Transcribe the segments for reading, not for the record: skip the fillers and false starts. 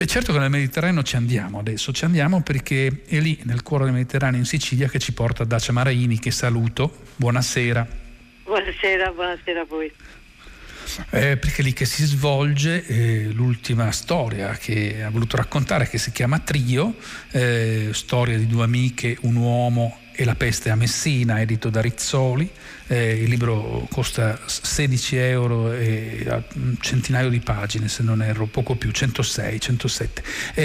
È certo che nel Mediterraneo ci andiamo adesso, ci andiamo perché è lì nel cuore del Mediterraneo in Sicilia che ci porta Dacia Maraini, che saluto. Buonasera. Buonasera, buonasera a voi. Perché è lì che si svolge l'ultima storia che ha voluto raccontare, che si chiama Trio, storia di due amiche, un uomo e la peste a Messina, edito da Rizzoli. Il libro costa 16 euro e ha un centinaio di pagine, se non erro, poco più, 106, 107.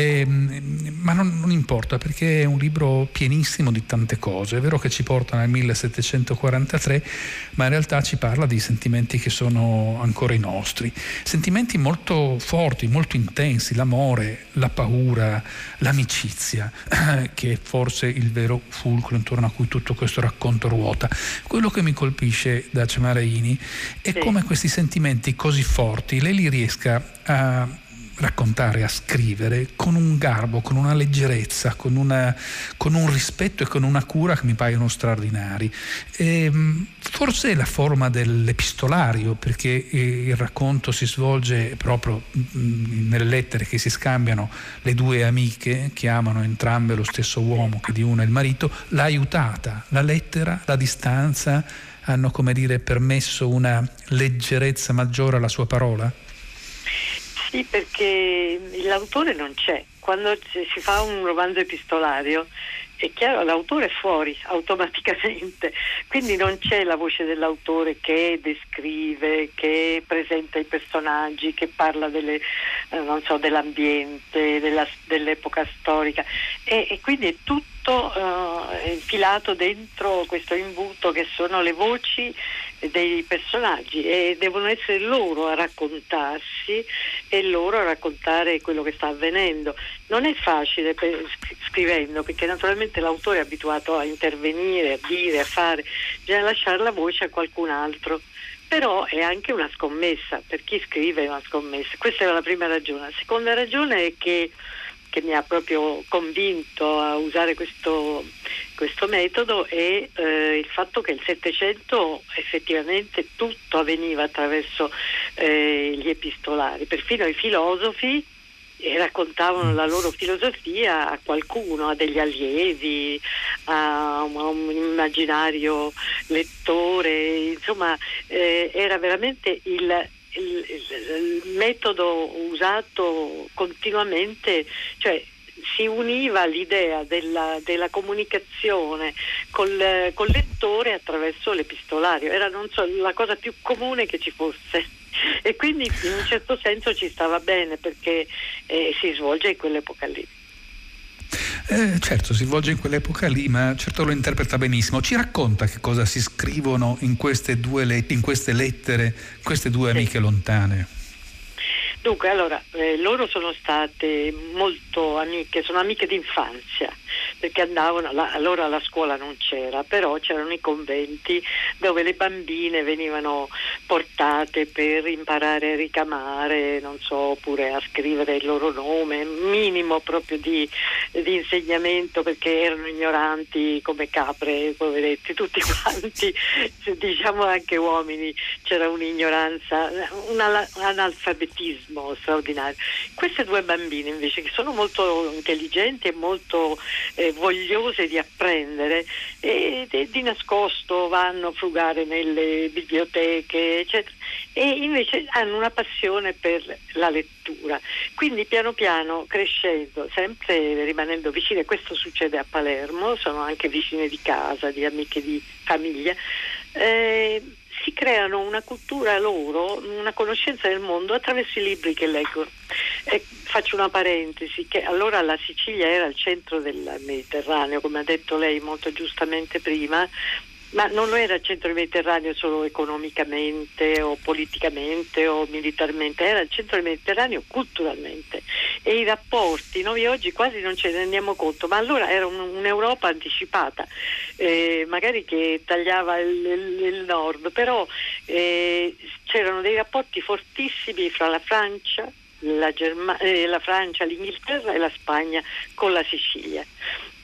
Ma non importa, perché è un libro pienissimo di tante cose. È vero che ci porta nel 1743, ma in realtà ci parla di sentimenti che sono ancora i nostri. Sentimenti molto forti, molto intensi, l'amore, la paura, l'amicizia, che è forse il vero fulcro intorno a cui tutto questo racconto ruota. Quello che mi colpisce Dacia Maraini è come questi sentimenti così forti lei li riesca a raccontare, a scrivere con un garbo, con una leggerezza, con un rispetto e con una cura che mi paiono straordinari. Forse è la forma dell'epistolario, perché il racconto si svolge proprio nelle lettere che si scambiano le due amiche che amano entrambe lo stesso uomo, che di una è il marito. L'ha aiutata, la lettera, la distanza hanno, come dire, permesso una leggerezza maggiore alla sua parola? Sì, perché l'autore non c'è. Quando si fa un romanzo epistolario è chiaro, l'autore è fuori automaticamente, quindi non c'è la voce dell'autore che descrive, che presenta i personaggi, che parla dell'ambiente, dell'epoca storica, e quindi è tutto infilato dentro questo imbuto che sono le voci dei personaggi, e devono essere loro a raccontarsi e loro a raccontare quello che sta avvenendo. Non è facile scrivendo, perché naturalmente l'autore è abituato a intervenire, a dire, a fare, bisogna lasciare la voce a qualcun altro. Però è anche una scommessa, per chi scrive è una scommessa. Questa è la prima ragione. La seconda ragione è che mi ha proprio convinto a usare questo metodo è il fatto che il Settecento effettivamente tutto avveniva attraverso gli epistolari, perfino i filosofi raccontavano la loro filosofia a qualcuno, a degli allievi, a un immaginario lettore, insomma era veramente il metodo usato continuamente, cioè si univa l'idea della comunicazione col lettore attraverso l'epistolario, era la cosa più comune che ci fosse, e quindi in un certo senso ci stava bene, perché si svolge in quell'epoca lì. Certo, si svolge in quell'epoca lì, ma certo lo interpreta benissimo. Ci racconta che cosa si scrivono in queste lettere, queste due amiche lontane? Dunque, allora, loro sono state molto amiche, sono amiche d'infanzia, perché andavano, allora la scuola non c'era, però c'erano i conventi dove le bambine venivano portate per imparare a ricamare, non so, oppure a scrivere il loro nome, minimo proprio di insegnamento, perché erano ignoranti come capre, poveretti, tutti quanti, diciamo anche uomini, c'era un'ignoranza, un analfabetismo straordinario. Queste due bambine invece, che sono molto intelligenti e molto vogliose di apprendere, e di nascosto vanno a frugare nelle biblioteche, eccetera, e invece hanno una passione per la lettura. Quindi piano piano, crescendo, sempre rimanendo vicine, questo succede a Palermo, sono anche vicine di casa, di amiche di famiglia, si creano una cultura loro, una conoscenza del mondo attraverso i libri che leggono. Faccio una parentesi, che allora la Sicilia era il centro del Mediterraneo, come ha detto lei molto giustamente prima, ma non lo era il centro del Mediterraneo solo economicamente o politicamente o militarmente, era il centro del Mediterraneo culturalmente, e i rapporti, noi oggi quasi non ce ne rendiamo conto, ma allora era un'Europa anticipata, magari che tagliava il nord, però c'erano dei rapporti fortissimi fra la Francia, la Francia, l'Inghilterra e la Spagna con la Sicilia.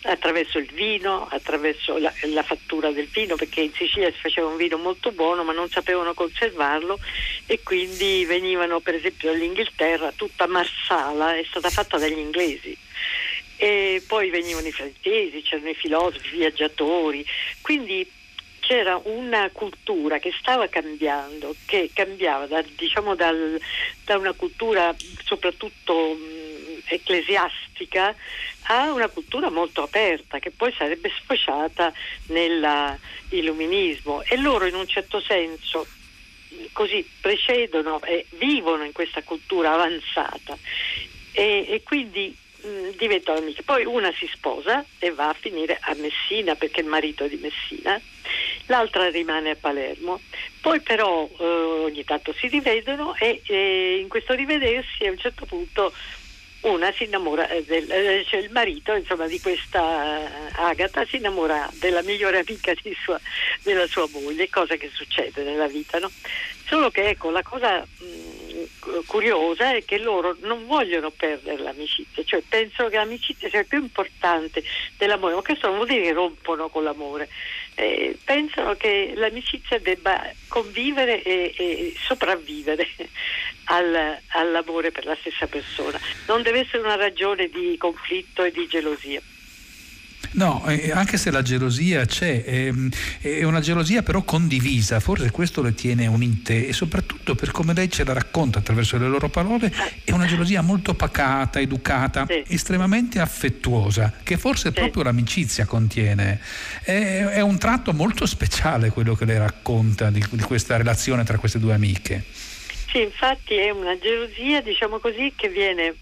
attraverso il vino, attraverso la fattura del vino, perché in Sicilia si faceva un vino molto buono ma non sapevano conservarlo, e quindi venivano per esempio dall'Inghilterra. Tutta Marsala è stata fatta dagli inglesi, e poi venivano i francesi, c'erano i filosofi, i viaggiatori, quindi c'era una cultura che stava cambiando, che cambiava da una cultura soprattutto ecclesiastica a una cultura molto aperta, che poi sarebbe sfociata nell'illuminismo, e loro in un certo senso così precedono e vivono in questa cultura avanzata, e quindi diventano amiche. Poi una si sposa e va a finire a Messina perché il marito è di Messina, l'altra rimane a Palermo. Poi però ogni tanto si rivedono, e in questo rivedersi a un certo punto una si innamora cioè il marito, insomma, di questa Agata si innamora della migliore amica della sua moglie, cosa che succede nella vita, no? Solo che ecco, la cosa curiosa è che loro non vogliono perdere l'amicizia, cioè pensano che l'amicizia sia più importante dell'amore, ma questo non vuol dire che rompono con l'amore, pensano che l'amicizia debba convivere e sopravvivere all'amore per la stessa persona, non deve essere una ragione di conflitto e di gelosia. No, anche se la gelosia c'è, è una gelosia però condivisa, forse questo le tiene unite, e soprattutto per come lei ce la racconta attraverso le loro parole, è una gelosia molto pacata, educata, sì, estremamente affettuosa, che forse sì, proprio l'amicizia contiene. È un tratto molto speciale quello che lei racconta di questa relazione tra queste due amiche. Sì, infatti è una gelosia, diciamo così, che viene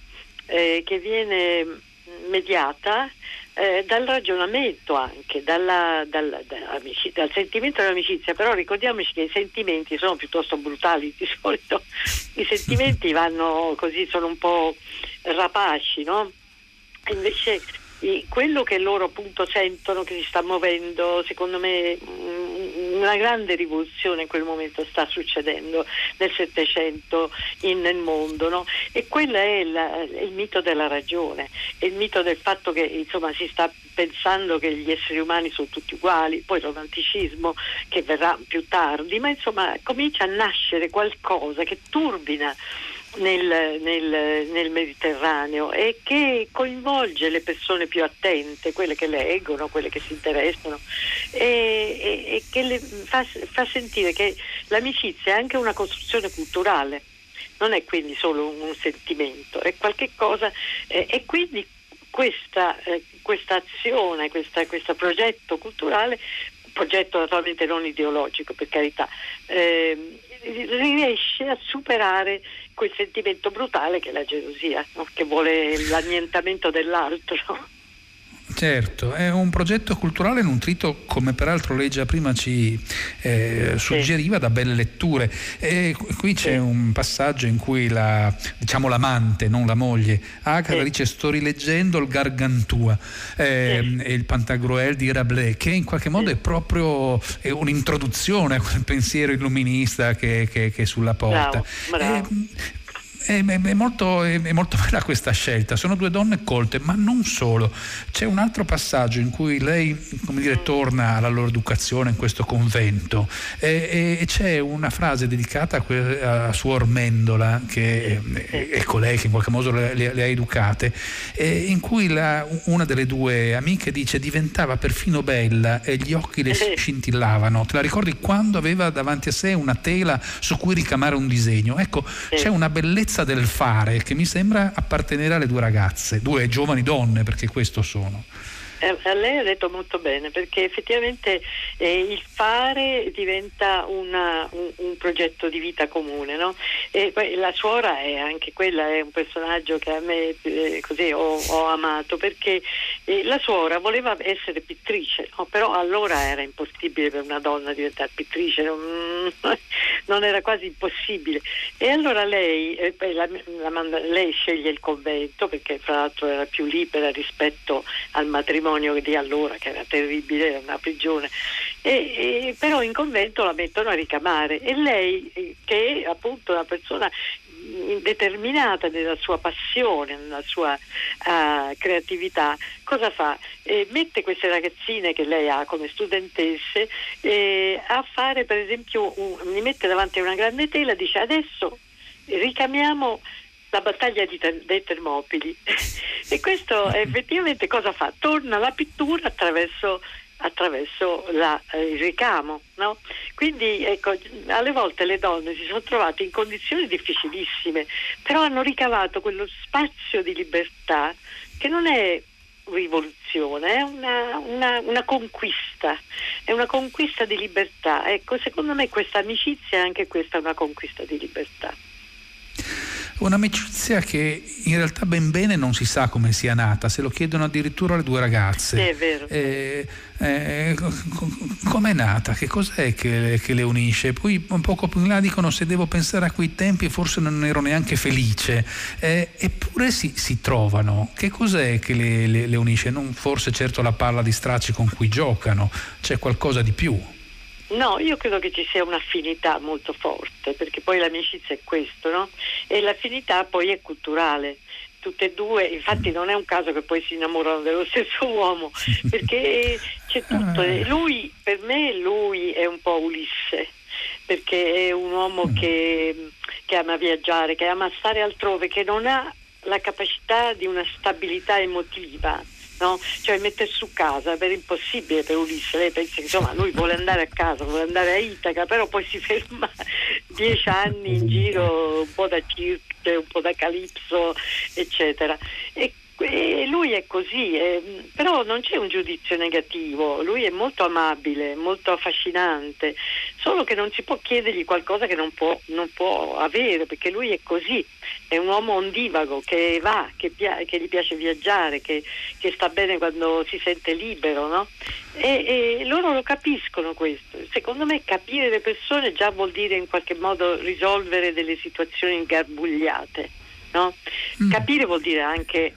mediata dal ragionamento, anche dal sentimento dell'amicizia. Però ricordiamoci che i sentimenti sono piuttosto brutali di solito, i sentimenti vanno così, sono un po' rapaci, no? Invece quello che loro appunto sentono che si sta muovendo, secondo me una grande rivoluzione in quel momento sta succedendo nel Settecento nel mondo, no? E quello è il mito della ragione, è il mito del fatto che insomma si sta pensando che gli esseri umani sono tutti uguali, poi il romanticismo che verrà più tardi, ma insomma comincia a nascere qualcosa che turbina nel Mediterraneo e che coinvolge le persone più attente, quelle che leggono, quelle che si interessano, e che le fa sentire che l'amicizia è anche una costruzione culturale, non è quindi solo un sentimento, è qualche cosa, e quindi questa azione, questo progetto culturale, progetto naturalmente non ideologico, per carità, riesce a superare quel sentimento brutale che è la gelosia, no? Che vuole l'annientamento dell'altro. Certo, è un progetto culturale nutrito, come peraltro lei già prima ci suggeriva, da belle letture. Qui c'è un passaggio in cui l'amante, non la moglie, Agata dice: sto rileggendo il Gargantua e il Pantagruel di Rabelais, che in qualche modo è proprio un'introduzione a quel pensiero illuminista che è sulla porta. Bravo. È molto bella questa scelta, sono due donne colte, ma non solo. C'è un altro passaggio in cui lei, come dire, torna alla loro educazione in questo convento, e c'è una frase dedicata a Suor Mendola, che è colei che in qualche modo le ha educate, in cui una delle due amiche dice: diventava perfino bella e gli occhi le scintillavano. Te la ricordi quando aveva davanti a sé una tela su cui ricamare un disegno? Ecco, c'è una bellezza del fare che mi sembra appartenere alle due ragazze, due giovani donne, perché questo sono. A lei ha detto molto bene, perché effettivamente il fare diventa un progetto di vita comune, no? E poi la suora è anche quella, è un personaggio che a me così ho amato, perché la suora voleva essere pittrice, no? Però allora era impossibile per una donna diventare pittrice, non era quasi impossibile, e allora lei sceglie il convento, perché fra l'altro era più libera rispetto al matrimonio di allora, che era terribile, era una prigione, però in convento la mettono a ricamare, e lei, che è appunto una persona determinata nella sua passione, nella sua creatività, cosa fa? Mette queste ragazzine che lei ha come studentesse a fare, per esempio, li mette davanti a una grande tela, dice: adesso ricamiamo la battaglia dei Termopili. E questo effettivamente cosa fa? Torna la pittura attraverso il ricamo, no? Quindi ecco, alle volte le donne si sono trovate in condizioni difficilissime, però hanno ricavato quello spazio di libertà che non è rivoluzione, è una conquista, è una conquista di libertà. Ecco, secondo me questa amicizia, anche questa è una conquista di libertà. Un'amicizia che in realtà ben bene non si sa come sia nata, se lo chiedono addirittura le due ragazze. È vero. Com'è nata? Che cos'è che le unisce? Poi un poco più in là dicono: se devo pensare a quei tempi forse non ero neanche felice, eppure si trovano. Che cos'è che le unisce? Non forse certo la palla di stracci con cui giocano, c'è qualcosa di più. No, io credo che ci sia un'affinità molto forte, perché poi l'amicizia è questo, no? E l'affinità poi è culturale. Tutte e due, infatti non è un caso che poi si innamorano dello stesso uomo, perché c'è tutto. Lui, per me, lui è un po' Ulisse, perché è un uomo che ama viaggiare, che ama stare altrove, che non ha la capacità di una stabilità emotiva. No? Cioè mettere su casa è impossibile per Ulisse. Lei pensa che insomma lui vuole andare a casa, vuole andare a Itaca, però poi si ferma 10 anni in giro, un po' da Cirque, un po' da Calypso, eccetera. E lui è così, però non c'è un giudizio negativo, lui è molto amabile, molto affascinante, solo che non si può chiedergli qualcosa che non può avere, perché lui è così, è un uomo ondivago che va, che gli piace viaggiare, che sta bene quando si sente libero, no? E loro lo capiscono questo. Secondo me capire le persone già vuol dire in qualche modo risolvere delle situazioni ingarbugliate, no? Capire vuol dire anche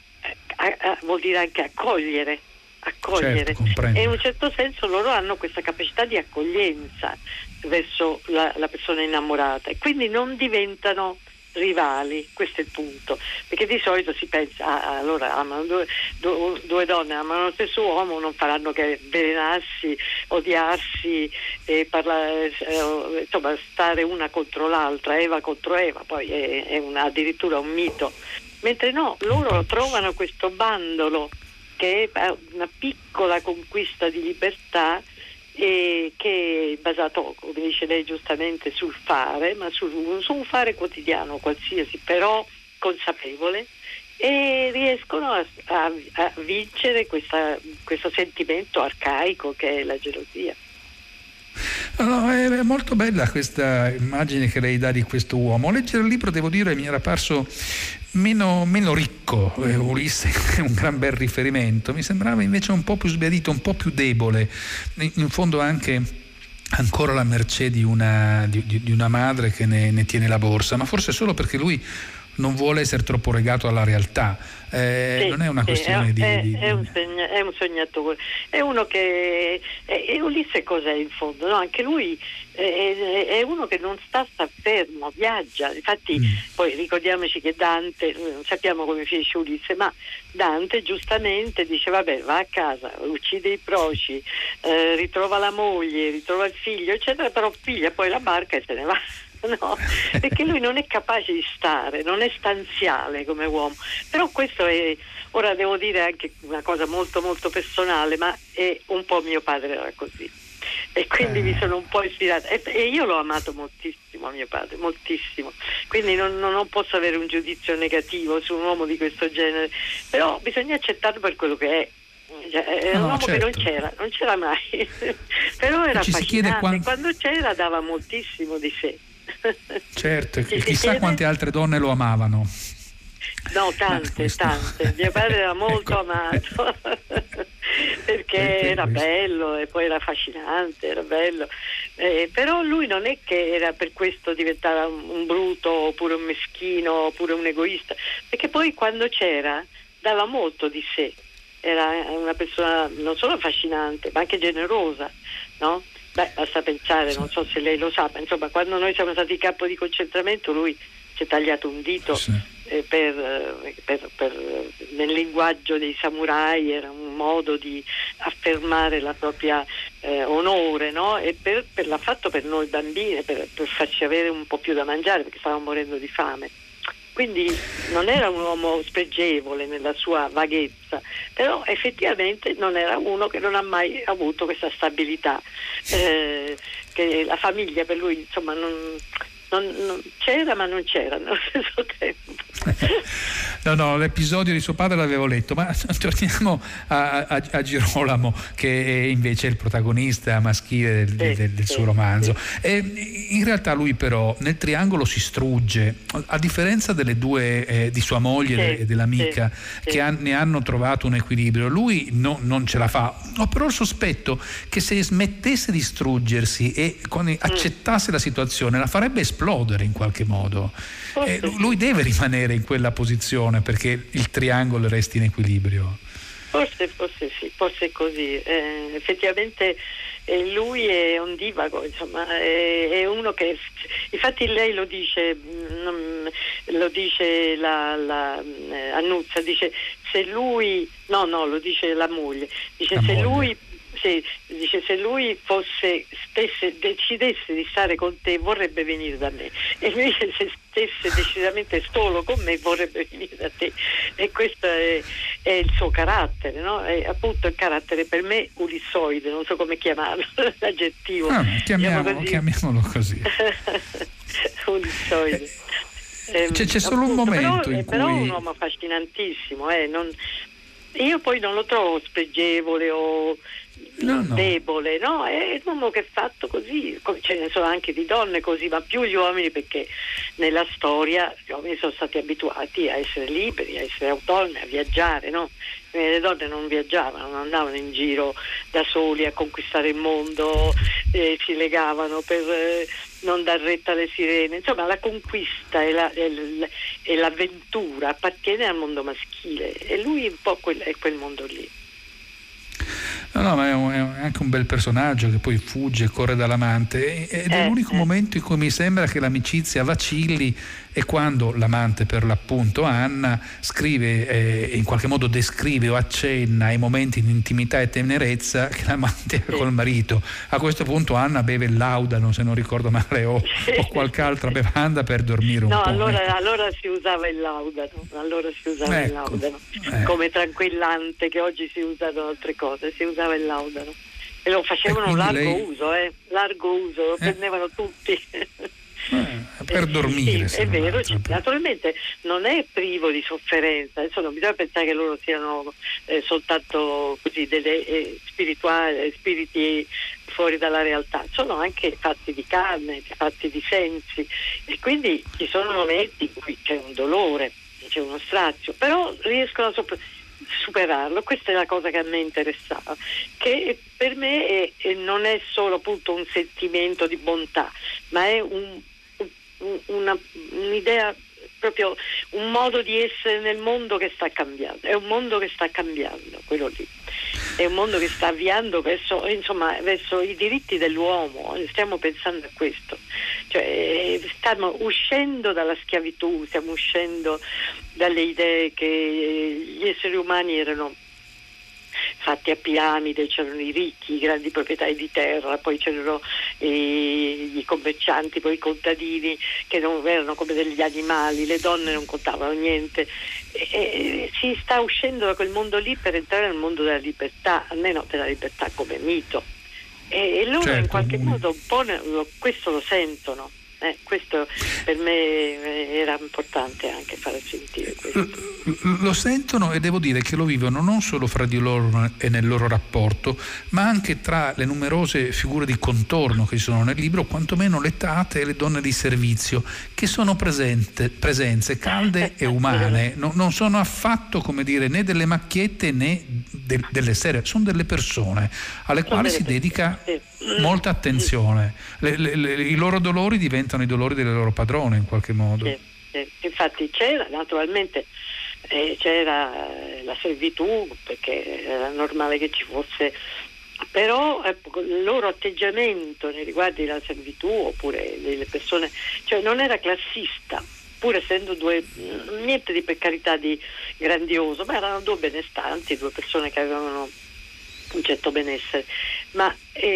accogliere. Certo, e in un certo senso loro hanno questa capacità di accoglienza verso la persona innamorata, e quindi non diventano rivali. Questo è il punto, perché di solito si pensa allora amano due donne, amano lo stesso uomo, non faranno che avvelenarsi, odiarsi e parlare, insomma stare una contro l'altra, Eva contro Eva, poi è addirittura un mito. Mentre no, loro trovano questo bandolo che è una piccola conquista di libertà, che è basato, come dice lei giustamente, sul fare, ma su un fare quotidiano qualsiasi, però consapevole, e riescono a vincere questo sentimento arcaico che è la gelosia. No, è molto bella questa immagine che lei dà di questo uomo. Leggere il libro, devo dire, mi era parso meno ricco. Ulisse è un gran bel riferimento, mi sembrava invece un po' più sbiadito, un po' più debole, in fondo anche ancora alla mercé di una madre che ne tiene la borsa, ma forse solo perché lui non vuole essere troppo legato alla realtà. Non è una questione è un sognatore, è uno che Ulisse cos'è in fondo, no? Anche lui è uno che non sta fermo, viaggia. Infatti poi ricordiamoci che Dante, non sappiamo come finisce Ulisse, ma Dante giustamente dice: vabbè, va a casa, uccide i proci, ritrova la moglie, ritrova il figlio, eccetera, però piglia poi la barca e se ne va. No, perché lui non è capace di stare, non è stanziale come uomo. Però questo è, ora devo dire anche una cosa molto molto personale, ma è un po' mio padre era così, e quindi mi sono un po' ispirata, e io l'ho amato moltissimo a mio padre, moltissimo, quindi non posso avere un giudizio negativo su un uomo di questo genere, però bisogna accettarlo per quello che è. È un uomo certo. che non c'era mai però era affascinante, quando c'era dava moltissimo di sé. Certo, chissà quante altre donne lo amavano. No, tante. Mio padre era molto amato perché era bello e poi era affascinante, era bello, però lui non è che era per questo diventava un bruto oppure un meschino oppure un egoista, perché poi quando c'era dava molto di sé, era una persona non solo affascinante ma anche generosa, no? Basta pensare, non so se lei lo sa, ma insomma quando noi siamo stati in campo di concentramento lui si è tagliato un dito. Sì. Nel linguaggio dei samurai era un modo di affermare la propria onore, no? E l'ha fatto per noi bambine, per farci avere un po' più da mangiare, perché stavamo morendo di fame. Quindi non era un uomo spregevole nella sua vaghezza, però effettivamente non era uno che non ha mai avuto questa stabilità, che la famiglia per lui, insomma, non c'era, ma non c'era nello stesso tempo. No, l'episodio di suo padre l'avevo letto, ma torniamo a Girolamo, che è invece il protagonista maschile del suo romanzo. In realtà lui però nel triangolo si strugge, a differenza delle due, di sua moglie e dell'amica, che ne hanno trovato un equilibrio. Lui non ce la fa. Ho però il sospetto che se smettesse di struggersi e accettasse la situazione, la farebbe esplodere in qualche modo. Lui deve rimanere in quella posizione perché il triangolo resti in equilibrio. Forse sì, forse è così. Effettivamente lui è ondivago, insomma, è uno che, infatti lei lo dice, la Annuzza, dice se lui, lo dice la moglie, dice la se moglie. Lui dice se lui decidesse di stare con te vorrebbe venire da me, e invece se stesse decisamente solo con me vorrebbe venire da te, e questo è il suo carattere, no? È appunto il carattere per me ulissoide, non so come chiamarlo, l'aggettivo. Chiamiamolo così. Ulissoide. C'è solo un momento in cui... Però è un uomo affascinantissimo, io poi non lo trovo spregevole o debole, no? È un uomo che è fatto così, ce ne sono anche di donne così, ma più gli uomini, perché nella storia gli uomini sono stati abituati a essere liberi, a essere autonomi, a viaggiare, no? Le donne non viaggiavano, non andavano in giro da soli a conquistare il mondo, si legavano per non dar retta alle sirene. Insomma, la conquista e l'avventura appartiene al mondo maschile, e lui un po' è quel mondo lì. No, ma è anche un bel personaggio che poi fugge, corre dall'amante, ed è l'unico momento in cui mi sembra che l'amicizia vacilli è quando l'amante, per l'appunto Anna, scrive, in qualche modo descrive o accenna ai momenti di intimità e tenerezza che l'amante ha col marito. A questo punto Anna beve il laudano, se non ricordo male, o qualche altra bevanda per dormire un po'. Allora si usava il laudano, come tranquillante, che oggi si usano altre cose, si usava il laudano e lo facevano largo uso, lo prendevano tutti. Per dormire, sì, è vero, naturalmente non è privo di sofferenza. Adesso non bisogna pensare che loro siano soltanto così delle spiriti fuori dalla realtà, sono anche fatti di carne, fatti di sensi, e quindi ci sono momenti in cui c'è un dolore, c'è uno strazio, però riescono a superarlo. Questa è la cosa che a me interessava, che per me non è solo appunto un sentimento di bontà, ma è un'idea, proprio un modo di essere nel mondo che sta cambiando. È un mondo che sta cambiando, quello lì. È un mondo che sta avviando verso i diritti dell'uomo. Stiamo pensando a questo. Cioè, stiamo uscendo dalla schiavitù, stiamo uscendo dalle idee che gli esseri umani erano fatti a piramide, c'erano i ricchi, i grandi proprietari di terra, poi c'erano i commercianti, poi i contadini che non erano come degli animali, le donne non contavano niente, e si sta uscendo da quel mondo lì per entrare nel mondo della libertà, almeno della libertà come mito, e loro in qualche modo un po' questo lo sentono. Questo per me era importante anche fare sentire questo. Lo sentono, e devo dire che lo vivono non solo fra di loro e nel loro rapporto, ma anche tra le numerose figure di contorno che ci sono nel libro, quantomeno le tate e le donne di servizio, che sono presenze calde e umane. Non sono affatto, come dire, né delle macchiette né delle serie, sono delle persone alle quali si dedica molta attenzione. I loro dolori diventano i dolori delle loro padrone in qualche modo. Infatti c'era naturalmente c'era la servitù, perché era normale che ci fosse, però il loro atteggiamento nei riguardi della servitù oppure delle persone, cioè non era classista, pur essendo due, niente di, per carità, di grandioso, ma erano due benestanti, due persone che avevano un certo benessere, ma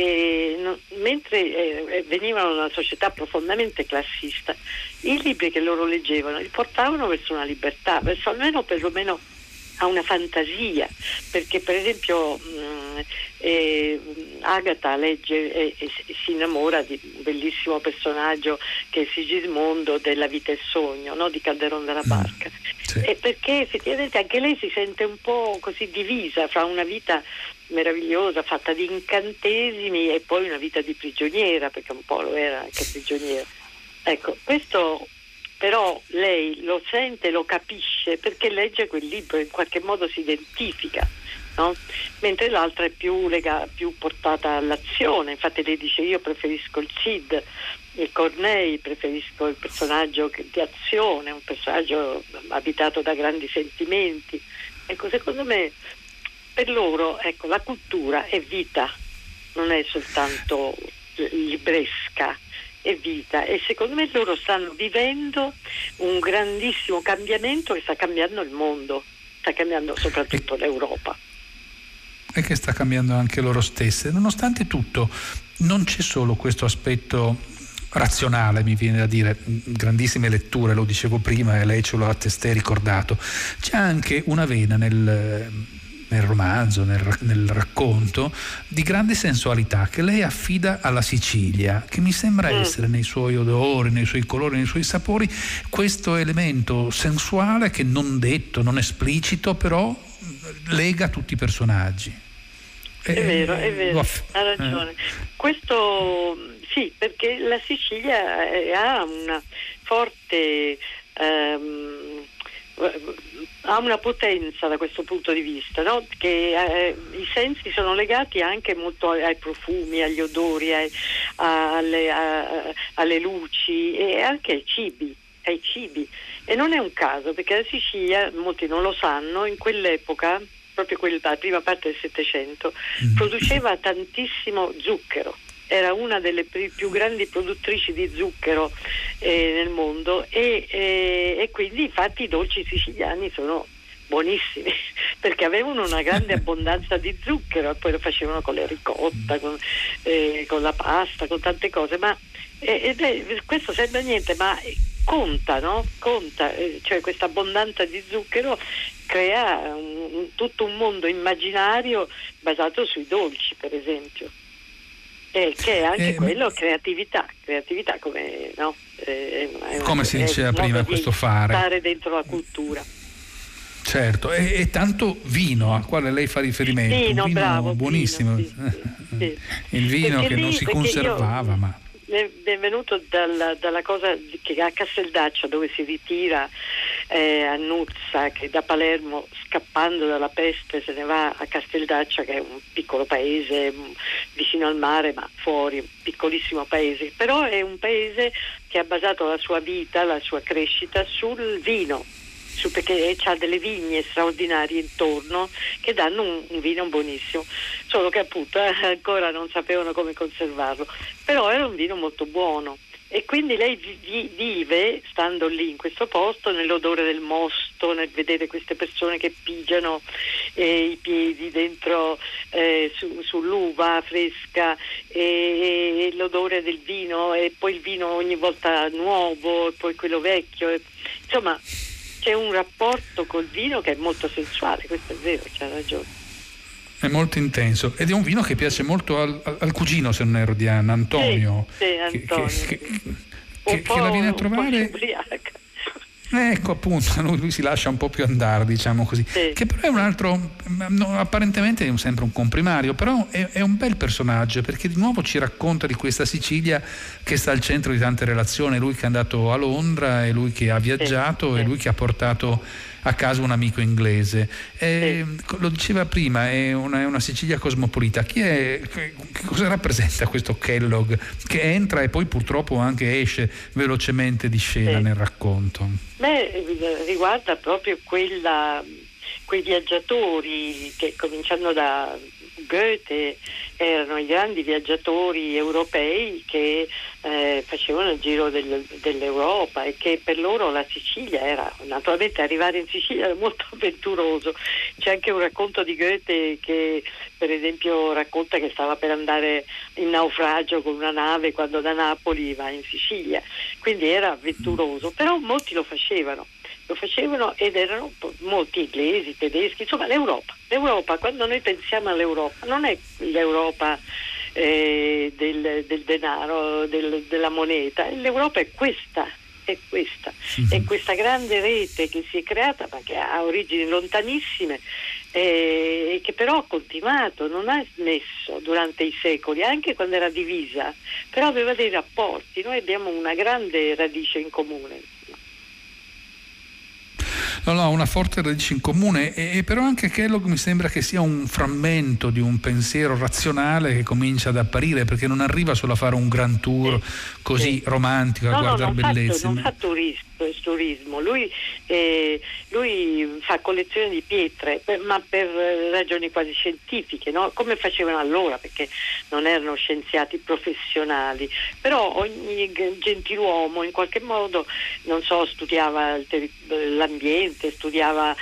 mentre venivano da una società profondamente classista, i libri che loro leggevano li portavano verso una libertà, verso almeno perlomeno a una fantasia, perché per esempio Agatha legge e si innamora di un bellissimo personaggio che è Sigismondo della Vita e Sogno, no? Di Calderon della Barca. Sì. E perché effettivamente anche lei si sente un po' così divisa fra una vita meravigliosa fatta di incantesimi e poi una vita di prigioniera, perché un po' lo era anche prigioniera. Ecco, questo però lei lo sente, lo capisce perché legge quel libro, in qualche modo si identifica, no? Mentre l'altra è più portata all'azione. Infatti lei dice: io preferisco il Cid, il Corneille, preferisco il personaggio di azione, un personaggio abitato da grandi sentimenti. Ecco, secondo me per loro, ecco, la cultura è vita, non è soltanto libresca, è vita, e secondo me loro stanno vivendo un grandissimo cambiamento che sta cambiando il mondo, sta cambiando soprattutto l'Europa. E che sta cambiando anche loro stesse. Nonostante tutto, non c'è solo questo aspetto razionale, mi viene da dire, grandissime letture, lo dicevo prima e lei ce lo ha testé ricordato, c'è anche una vena nel romanzo, nel racconto, di grande sensualità che lei affida alla Sicilia, che mi sembra essere nei suoi odori, nei suoi colori, nei suoi sapori, questo elemento sensuale che non detto, non esplicito, però lega tutti i personaggi. È vero, ha ragione. Questo sì, perché la Sicilia ha una forte ha una potenza da questo punto di vista, no? Che i sensi sono legati anche molto ai profumi, agli odori, alle luci e anche ai cibi. E non è un caso, perché la Sicilia, molti non lo sanno, in quell'epoca, proprio la prima parte del Settecento, produceva tantissimo zucchero. Era una delle più grandi produttrici di zucchero nel mondo e quindi infatti i dolci siciliani sono buonissimi perché avevano una grande abbondanza di zucchero e poi lo facevano con la ricotta, con la pasta, con tante cose, ma questo sembra niente, ma conta, no? Cioè questa abbondanza di zucchero crea tutto un mondo immaginario basato sui dolci, per esempio. Che è anche quello creatività come, no? Come si diceva prima, questo fare. Stare dentro la cultura. Certo, e tanto vino al quale lei fa riferimento, vino, un vino bravo, buonissimo, sì. Il vino perché che non si conservava, ma è venuto dalla cosa che a Casteldaccia, dove si ritira a Nuzza, che da Palermo, scappando dalla peste, se ne va a Casteldaccia, che è un piccolo paese vicino al mare ma fuori, un piccolissimo paese, però è un paese che ha basato la sua vita, la sua crescita sul vino, perché ha delle vigne straordinarie intorno che danno un vino buonissimo, solo che appunto ancora non sapevano come conservarlo, però era un vino molto buono. E quindi lei vive, stando lì in questo posto, nell'odore del mosto, nel vedere queste persone che pigiano i piedi dentro sull'uva fresca, e l'odore del vino, e poi il vino ogni volta nuovo, e poi quello vecchio. Insomma, c'è un rapporto col vino che è molto sensuale, questo è vero, c'ha ragione. È molto intenso ed è un vino che piace molto al cugino, se non erro, di Anna, Antonio. Sì, Antonio. Che la viene a trovare. Ecco, appunto, lui si lascia un po' più andare, diciamo così. Sì. Che però è un altro, apparentemente è sempre un comprimario, però è un bel personaggio, perché di nuovo ci racconta di questa Sicilia che sta al centro di tante relazioni. Lui che è andato a Londra, e lui che ha viaggiato, e lui che ha portato a casa un amico inglese. Lo diceva prima, è una Sicilia cosmopolita. Che cosa rappresenta questo Kellogg che entra e poi purtroppo anche esce velocemente di scena nel racconto? Riguarda proprio quei viaggiatori che, cominciando da Goethe erano i grandi viaggiatori europei che facevano il giro dell'Europa, e che per loro la Sicilia era, naturalmente arrivare in Sicilia era molto avventuroso. C'è anche un racconto di Goethe che per esempio racconta che stava per andare in naufragio con una nave quando da Napoli va in Sicilia, quindi era avventuroso, però molti lo facevano ed erano molti inglesi, tedeschi, insomma l'Europa, quando noi pensiamo all'Europa non è l'Europa del denaro, della moneta, l'Europa è questa, è questa grande rete che si è creata, ma che ha origini lontanissime, e che però ha continuato, non ha smesso durante i secoli, anche quando era divisa, però aveva dei rapporti. Noi abbiamo una grande radice in comune. No, una forte radice in comune, e però anche Kellogg mi sembra che sia un frammento di un pensiero razionale che comincia ad apparire, perché non arriva solo a fare un grand tour così romantico, a guardare bellezze. Non fa turismo, lui fa collezione di pietre, ma per ragioni quasi scientifiche, no? Come facevano allora, perché non erano scienziati professionali, però ogni gentiluomo in qualche modo, non so, studiava l'ambiente, studiava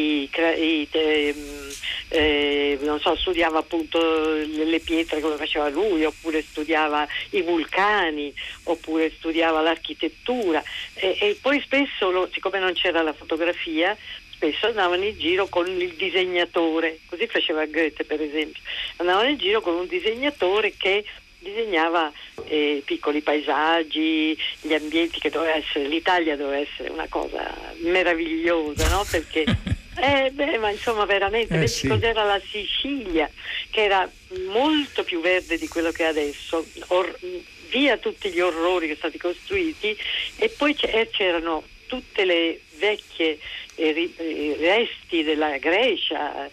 studiava appunto le pietre come faceva lui, oppure studiava i vulcani, oppure studiava l'architettura, e poi spesso, siccome non c'era la fotografia, spesso andavano in giro con il disegnatore, così faceva Goethe per esempio, andavano in giro con un disegnatore che disegnava piccoli paesaggi, gli ambienti, che doveva essere, l'Italia doveva essere una cosa meravigliosa, no? Perché ma insomma veramente sì. Cos'era la Sicilia, che era molto più verde di quello che è adesso, via tutti gli orrori che sono stati costruiti, e poi c'erano tutte le vecchie resti della Grecia,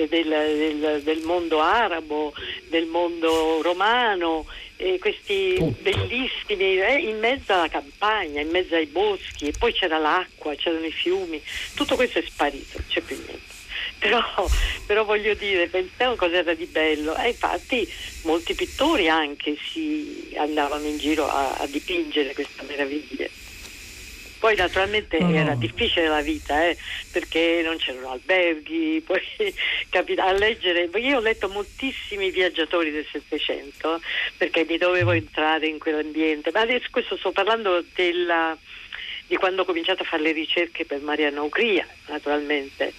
del mondo arabo, del mondo romano, questi bellissimi, in mezzo alla campagna, in mezzo ai boschi, e poi c'era l'acqua, c'erano i fiumi, tutto questo è sparito, non c'è più niente. Però voglio dire, pensiamo cos'era di bello, e infatti molti pittori anche si andavano in giro a dipingere questa meraviglia. Poi naturalmente era difficile la vita, perché non c'erano alberghi, poi a leggere, io ho letto moltissimi viaggiatori del Settecento, perché mi dovevo entrare in quell'ambiente, ma adesso questo sto parlando di quando ho cominciato a fare le ricerche per Marianna Ugria, naturalmente.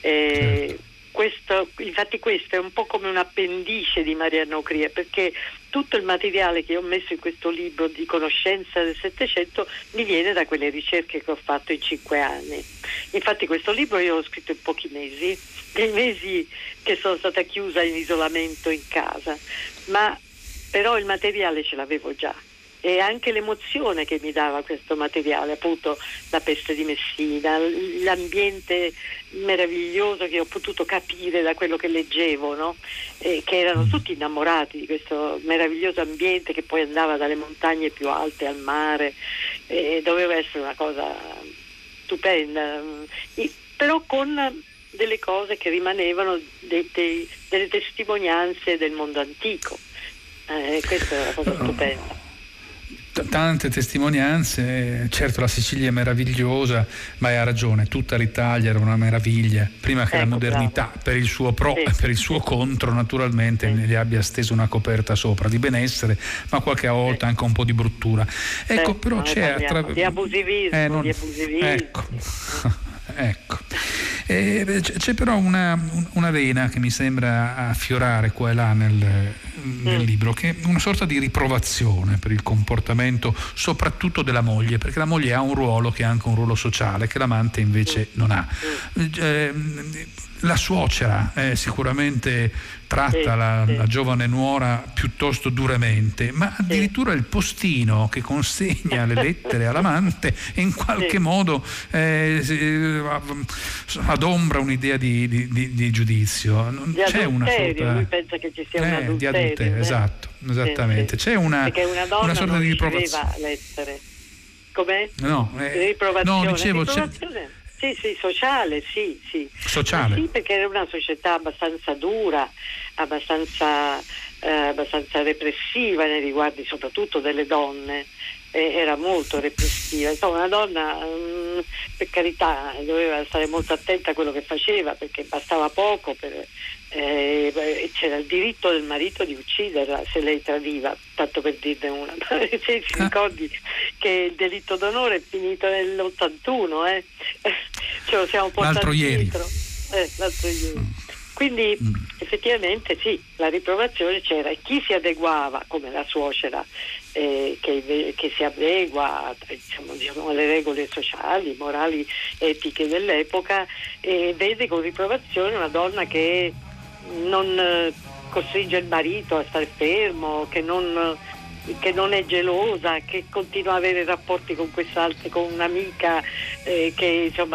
Questo è un po' come un appendice di Marianna Ugria, perché tutto il materiale che ho messo in questo libro di conoscenza del Settecento mi viene da quelle ricerche che ho fatto in 5 anni. Infatti questo libro io l'ho scritto in pochi mesi, dei mesi che sono stata chiusa in isolamento in casa, ma però il materiale ce l'avevo già, e anche l'emozione che mi dava questo materiale, appunto la peste di Messina, l'ambiente meraviglioso che ho potuto capire da quello che leggevo, no? Che erano tutti innamorati di questo meraviglioso ambiente che poi andava dalle montagne più alte al mare, e doveva essere una cosa stupenda, però con delle cose che rimanevano delle testimonianze del mondo antico. Questa è una cosa stupenda. Tante testimonianze, certo la Sicilia è meravigliosa, ma hai ragione, tutta l'Italia era una meraviglia, prima che la modernità, bravo, per il suo pro e per il suo contro, naturalmente ne gli abbia steso una coperta sopra di benessere, ma qualche volta anche un po' di bruttura. Ecco, però c'è di abusivismo, ecco. C'è però una vena che mi sembra affiorare qua e là nel libro, che è una sorta di riprovazione per il comportamento soprattutto della moglie, perché la moglie ha un ruolo che è anche un ruolo sociale che l'amante invece non ha. La suocera sicuramente tratta la giovane nuora piuttosto duramente, ma addirittura il postino che consegna le lettere all'amante in qualche modo adombra un'idea di giudizio. C'è una sorta, lui pensa che ci sia un adulterio. Di adulterio, esatto, esattamente. C'è una sorta di riprovazione. Lettere. Com'è? No, dicevo, Sì, sociale, sì. Sociale? Sì, perché era una società abbastanza dura, abbastanza repressiva nei riguardi soprattutto delle donne. Era molto repressiva. Insomma, una donna, per carità, doveva stare molto attenta a quello che faceva, perché bastava poco c'era il diritto del marito di ucciderla se lei tradiva, tanto per dirne una. Se si ricordi che il delitto d'onore è finito nell'81, ce lo siamo portati dietro. L'altro ieri. Quindi effettivamente sì, la riprovazione c'era, e chi si adeguava, come la suocera, che si adegua diciamo, alle regole sociali, morali, etiche dell'epoca, vede con riprovazione una donna che non costringe il marito a stare fermo, che non è gelosa, che continua a avere rapporti con quest'altra, con un'amica che insomma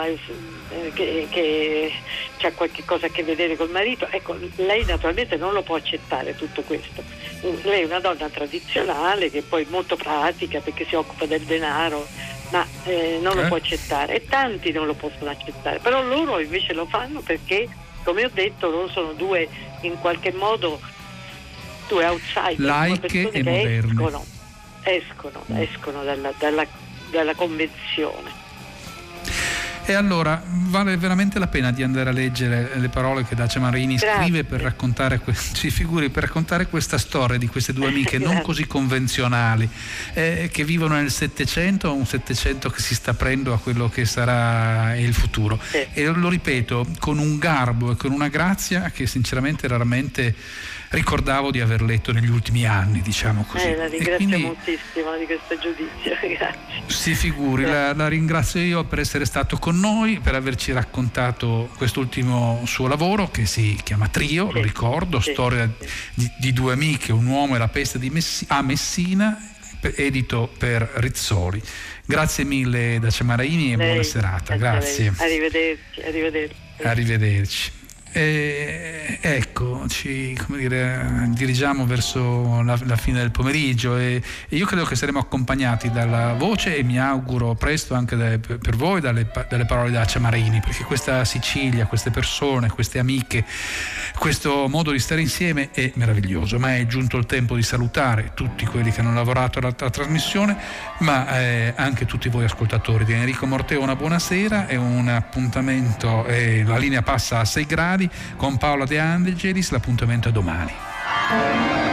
che c'ha qualche cosa a che vedere col marito. Ecco, lei naturalmente non lo può accettare tutto questo. Lei è una donna tradizionale che poi è molto pratica perché si occupa del denaro, ma non lo può accettare, e tanti non lo possono accettare, però loro invece lo fanno perché, come ho detto, loro sono due, in qualche modo, due outsider, laiche e moderne. Escono dalla convenzione. E allora vale veramente la pena di andare a leggere le parole che Dacia Marini scrive per raccontare per raccontare questa storia di queste due amiche non così convenzionali, che vivono nel Settecento, un Settecento che si sta aprendo a quello che sarà il futuro. E lo ripeto, con un garbo e con una grazia che sinceramente raramente ricordavo di aver letto negli ultimi anni, diciamo così. La ringrazio moltissimo di questo giudizio, grazie. Si figuri, la ringrazio io per essere stato con noi, per averci raccontato quest'ultimo suo lavoro che si chiama Trio, lo ricordo, storia di due amiche, un uomo e la peste a Messina, edito per Rizzoli. Grazie mille Dacia Marini e buona serata. Grazie. Arrivederci. Ecco, ci dirigiamo verso la fine del pomeriggio e io credo che saremo accompagnati dalla voce, e mi auguro presto anche per voi dalle parole di Dacia Marini, perché questa Sicilia, queste persone, queste amiche, questo modo di stare insieme è meraviglioso. Ma è giunto il tempo di salutare tutti quelli che hanno lavorato alla trasmissione, ma anche tutti voi ascoltatori. Di Enrico Morteo una buonasera e un appuntamento, la linea passa a 6 gradi con Paola De Angelis. L'appuntamento è domani.